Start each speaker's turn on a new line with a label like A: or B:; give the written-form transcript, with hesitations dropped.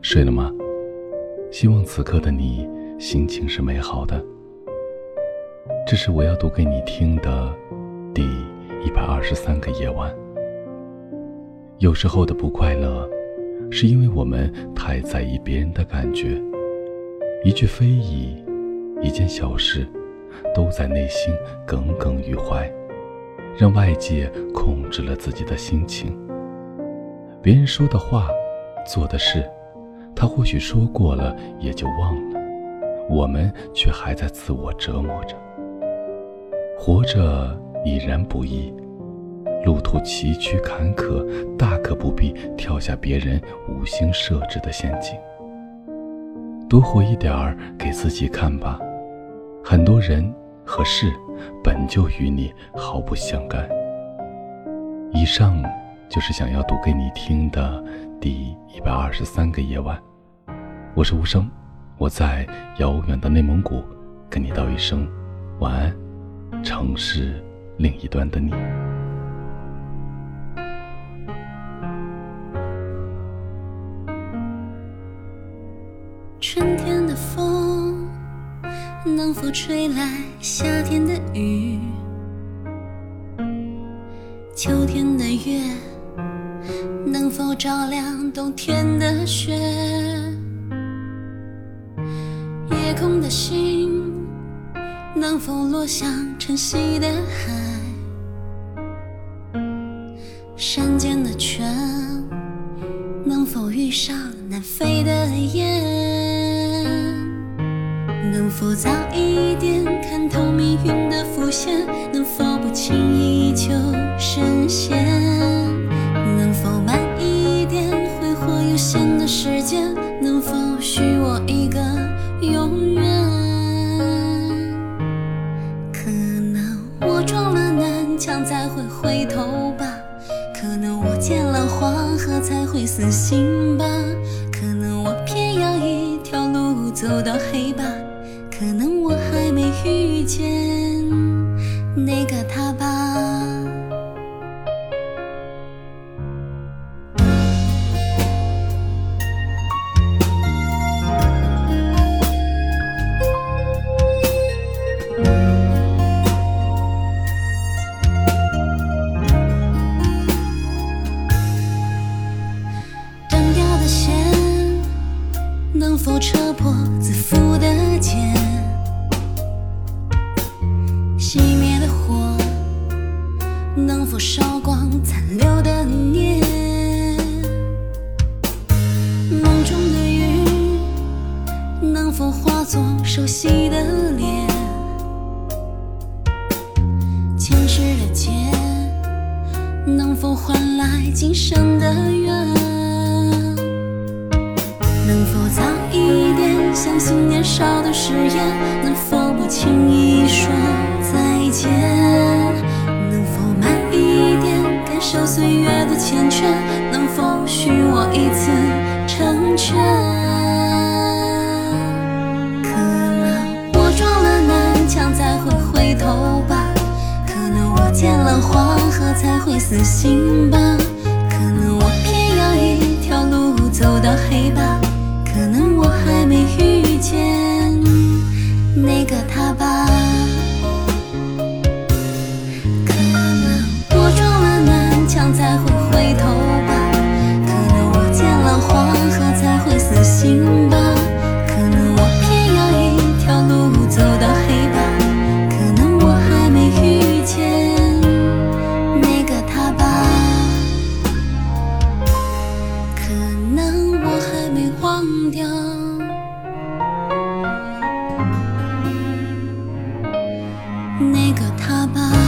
A: 睡了吗？希望此刻的你心情是美好的。这是我要读给你听的第123个夜晚。有时候的不快乐，是因为我们太在意别人的感觉，一句非议，一件小事，都在内心耿耿于怀，让外界控制了自己的心情。别人说的话，做的事，他或许说过了也就忘了，我们却还在自我折磨着。活着已然不易，路途崎岖坎坷，大可不必跳下别人无心设置的陷阱。多活一点儿给自己看吧，很多人和事本就与你毫不相干。以上就是想要读给你听的第123个夜晚。我是无声，我在遥远的内蒙古跟你道一声晚安，城市另一端的你。
B: 春天的风能否吹来夏天的雨？秋天的月能否照亮冬天的雪？夜空的星能否落向晨曦的海？山间的泉能否遇上南飞的雁？能否早一点看透命运的伏线？能否不轻易就深陷？能否慢一点挥霍有限的时间？能否许我一个永远？可能我撞了南墙才会回头吧，可能我见了黄河才会死心吧，可能我偏要一条路走到黑吧，可能我还没遇见那个他吧。断掉的线能否扯破自负的茧？熄灭的火能否烧光残留的念？梦中的雨能否化作熟悉的脸？前世的劫能否换来今生的缘？能否早一点相信年少的誓言？能否不轻易说再见？能否慢一点感受岁月的缱绻？能否许我一次成全？可能我撞了南墙才会回头吧，可能我见了黄河才会死心吧，可能我偏要一条路走到黑吧，可能我还没遇见那个他吧。可能我撞了南墙才会回头吧，可能我见了黄河才会死心吧，可能我偏要一条路走到黑吧，可能我还没遇见那个他吧，可能我还没忘掉那个他吧。